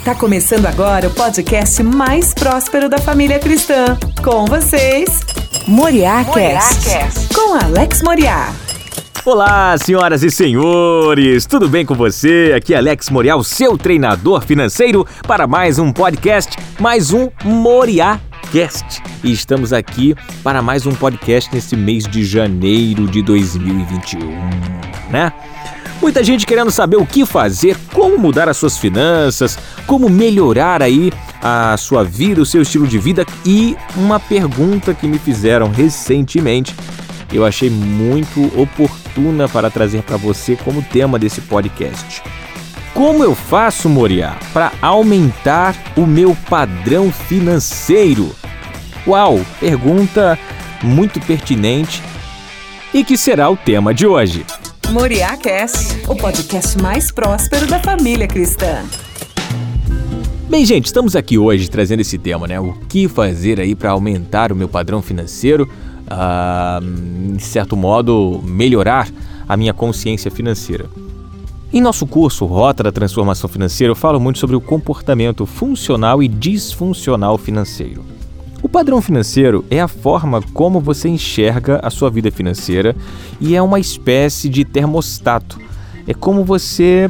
Tá começando agora o podcast mais próspero da família cristã. Com vocês, Moriá Cast, com Alex Moriá. Olá, senhoras e senhores, tudo bem com você? Aqui é Alex Moriá, o seu treinador financeiro, para mais um podcast, mais um Moriá Cast. E estamos aqui para mais um podcast nesse mês de janeiro de 2021, né? Muita gente querendo saber o que fazer, como mudar as suas finanças, como melhorar aí a sua vida, o seu estilo de vida. E uma pergunta que me fizeram recentemente, eu achei muito oportuna para trazer para você como tema desse podcast. Como eu faço, Moriá, para aumentar o meu padrão financeiro? Uau, pergunta muito pertinente e que será o tema de hoje. Moriá Cast, o podcast mais próspero da família cristã. Bem, gente, estamos aqui hoje trazendo esse tema, né? O que fazer aí para aumentar o meu padrão financeiro, de certo modo, melhorar a minha consciência financeira. Em nosso curso Rota da Transformação Financeira, eu falo muito sobre o comportamento funcional e disfuncional financeiro. O padrão financeiro é a forma como você enxerga a sua vida financeira e é uma espécie de termostato. É como você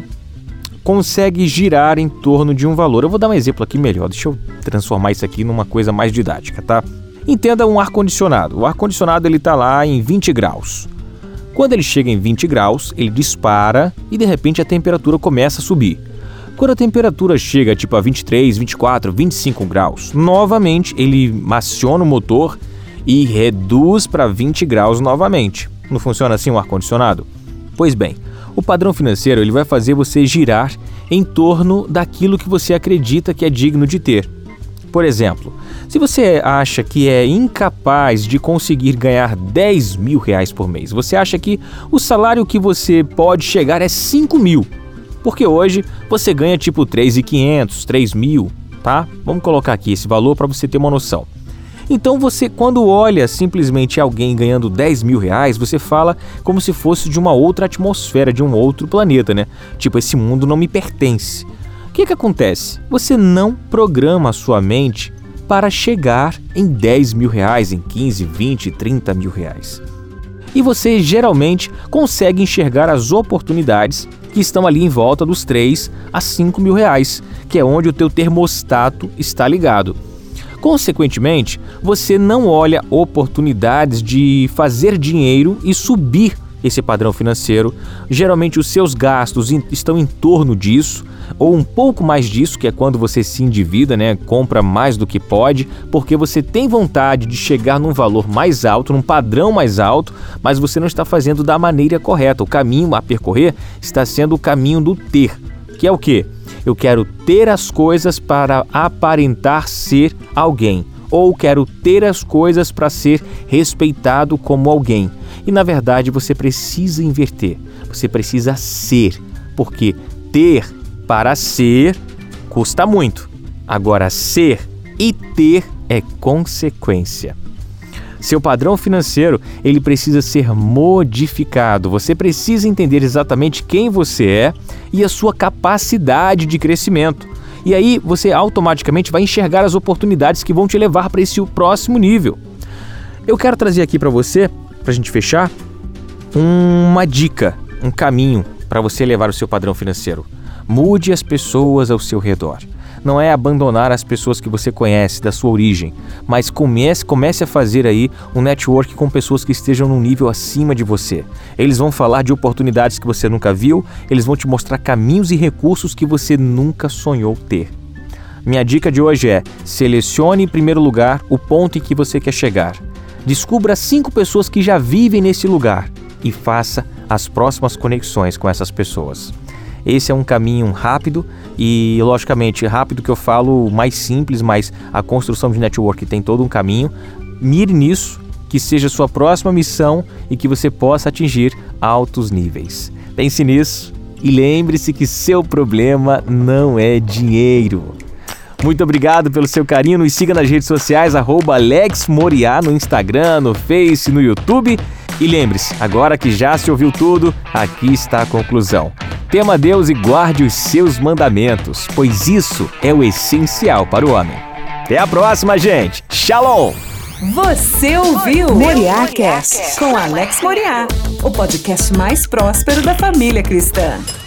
consegue girar em torno de um valor. Eu vou dar um exemplo aqui melhor, deixa eu transformar isso aqui numa coisa mais didática, tá? Entenda um ar-condicionado. O ar-condicionado ele está lá em 20 graus. Quando ele chega em 20 graus, ele dispara e de repente a temperatura começa a subir. Quando a temperatura chega tipo a 23, 24, 25 graus, novamente ele aciona o motor e reduz para 20 graus novamente. Não funciona assim o ar-condicionado? Pois bem, o padrão financeiro ele vai fazer você girar em torno daquilo que você acredita que é digno de ter. Por exemplo, se você acha que é incapaz de conseguir ganhar 10 mil reais por mês, você acha que o salário que você pode chegar é 5 mil, porque hoje você ganha tipo 3.500, 3 mil, tá? Vamos colocar aqui esse valor para você ter uma noção. Então você, quando olha simplesmente alguém ganhando 10 mil reais, você fala como se fosse de uma outra atmosfera, de um outro planeta, né? Tipo, esse mundo não me pertence. O que acontece? Você não programa a sua mente para chegar em 10 mil reais, em 15, 20, 30 mil reais. E você geralmente consegue enxergar as oportunidades que estão ali em volta dos 3 a 5 mil reais, que é onde o teu termostato está ligado. Consequentemente, você não olha oportunidades de fazer dinheiro e subir esse padrão financeiro. Geralmente os seus gastos estão em torno disso, ou um pouco mais disso, que é quando você se endivida, né? Compra mais do que pode, porque você tem vontade de chegar num valor mais alto, num padrão mais alto, mas você não está fazendo da maneira correta. O caminho a percorrer está sendo o caminho do ter, que é o quê? Eu quero ter as coisas para aparentar ser alguém, ou quero ter as coisas para ser respeitado como alguém. E na verdade você precisa inverter, você precisa ser, porque ter para ser custa muito. Agora ser e ter é consequência. Seu padrão financeiro, ele precisa ser modificado. Você precisa entender exatamente quem você é e a sua capacidade de crescimento. E aí você automaticamente vai enxergar as oportunidades que vão te levar para esse próximo nível. Eu quero trazer aqui para você, para a gente fechar, uma dica, um caminho para você elevar o seu padrão financeiro. Mude as pessoas ao seu redor. Não é abandonar as pessoas que você conhece, da sua origem, mas comece a fazer aí um network com pessoas que estejam num nível acima de você. Eles vão falar de oportunidades que você nunca viu, eles vão te mostrar caminhos e recursos que você nunca sonhou ter. Minha dica de hoje é: selecione em primeiro lugar o ponto em que você quer chegar. Descubra 5 pessoas que já vivem nesse lugar e faça as próximas conexões com essas pessoas. Esse é um caminho rápido e, logicamente, rápido que eu falo mais simples, mas a construção de network tem todo um caminho. Mire nisso, que seja a sua próxima missão e que você possa atingir altos níveis. Pense nisso e lembre-se que seu problema não é dinheiro. Muito obrigado pelo seu carinho, nos siga nas redes sociais, @AlexMoriá no Instagram, no Face, no YouTube. E lembre-se, agora que já se ouviu tudo, aqui está a conclusão. tema a Deus e guarde os seus mandamentos, pois isso é o essencial para o homem. Até a próxima, gente! Shalom! Você ouviu Moriá Cast com Alex Moriá, o podcast mais próspero da família cristã.